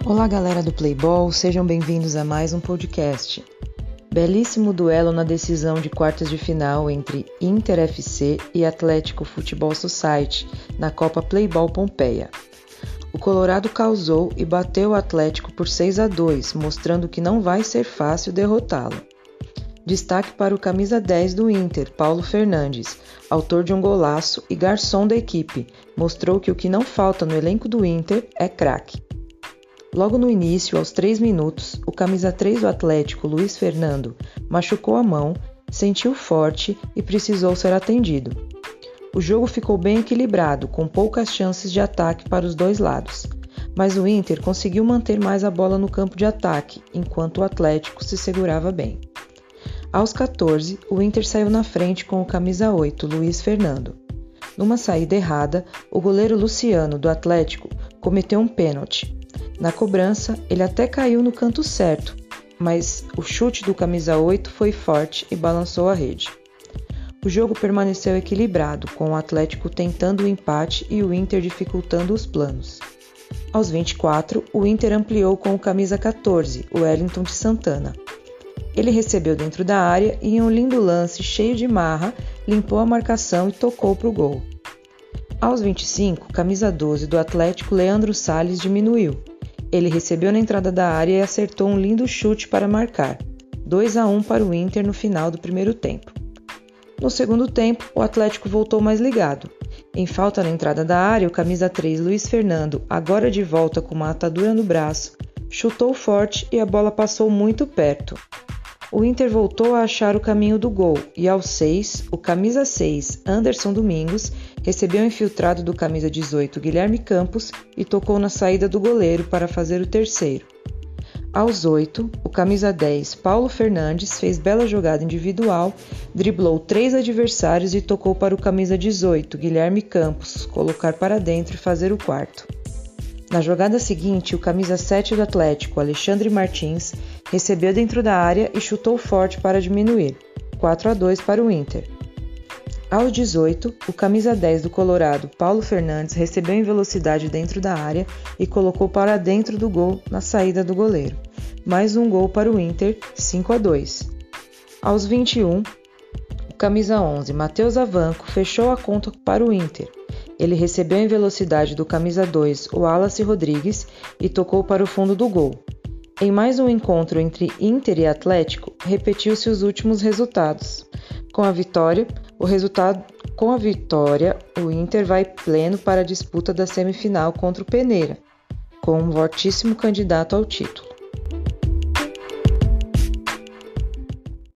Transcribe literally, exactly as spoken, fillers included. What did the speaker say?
Olá, galera do Playball, sejam bem-vindos a mais um podcast. Belíssimo duelo na decisão de quartas de final entre Inter F C e Atlético Futebol Society na Copa Playball Pompeia. O Colorado causou e bateu o Atlético por seis a dois, mostrando que não vai ser fácil derrotá-lo. Destaque para o camisa dez do Inter, Paulo Fernandes, autor de um golaço e garçom da equipe, mostrou que o que não falta no elenco do Inter é craque. Logo no início, aos três minutos, o camisa três do Atlético, Luiz Fernando, machucou a mão, sentiu forte e precisou ser atendido. O jogo ficou bem equilibrado, com poucas chances de ataque para os dois lados, mas o Inter conseguiu manter mais a bola no campo de ataque, enquanto o Atlético se segurava bem. Aos quatorze, o Inter saiu na frente com o camisa oito, Luiz Fernando. Numa saída errada, o goleiro Luciano, do Atlético, cometeu um pênalti. Na cobrança, ele até caiu no canto certo, mas o chute do camisa oito foi forte e balançou a rede. O jogo permaneceu equilibrado, com o Atlético tentando o empate e o Inter dificultando os planos. Aos vinte e quatro, o Inter ampliou com o camisa quatorze, o Wellington de Santana. Ele recebeu dentro da área e, em um lindo lance cheio de marra, limpou a marcação e tocou para o gol. Aos vinte e cinco, camisa doze do Atlético, Leandro Salles, diminuiu. Ele recebeu na entrada da área e acertou um lindo chute para marcar, dois a um para o Inter no final do primeiro tempo. No segundo tempo, o Atlético voltou mais ligado. Em falta na entrada da área, o camisa três Luiz Fernando, agora de volta com uma atadura no braço, chutou forte e a bola passou muito perto. O Inter voltou a achar o caminho do gol e aos seis, o camisa seis, Anderson Domingos, recebeu o infiltrado do camisa dezoito, Guilherme Campos, e tocou na saída do goleiro para fazer o terceiro. Aos oito, o camisa dez, Paulo Fernandes, fez bela jogada individual, driblou três adversários e tocou para o camisa dezoito, Guilherme Campos, colocar para dentro e fazer o quarto. Na jogada seguinte, o camisa sete do Atlético, Alexandre Martins, recebeu dentro da área e chutou forte para diminuir, quatro a dois para o Inter. Aos dezoito, o camisa dez do Colorado, Paulo Fernandes, recebeu em velocidade dentro da área e colocou para dentro do gol na saída do goleiro. Mais um gol para o Inter, cinco a dois. Aos vinte e um, o camisa onze, Matheus Avanco, fechou a conta para o Inter. Ele recebeu em velocidade do camisa dois, o Wallace Rodrigues, e tocou para o fundo do gol. Em mais um encontro entre Inter e Atlético, repetiu-se os últimos resultados. Com a vitória, o resultado, com a vitória, o Inter vai pleno para a disputa da semifinal contra o Peneira, com um fortíssimo candidato ao título.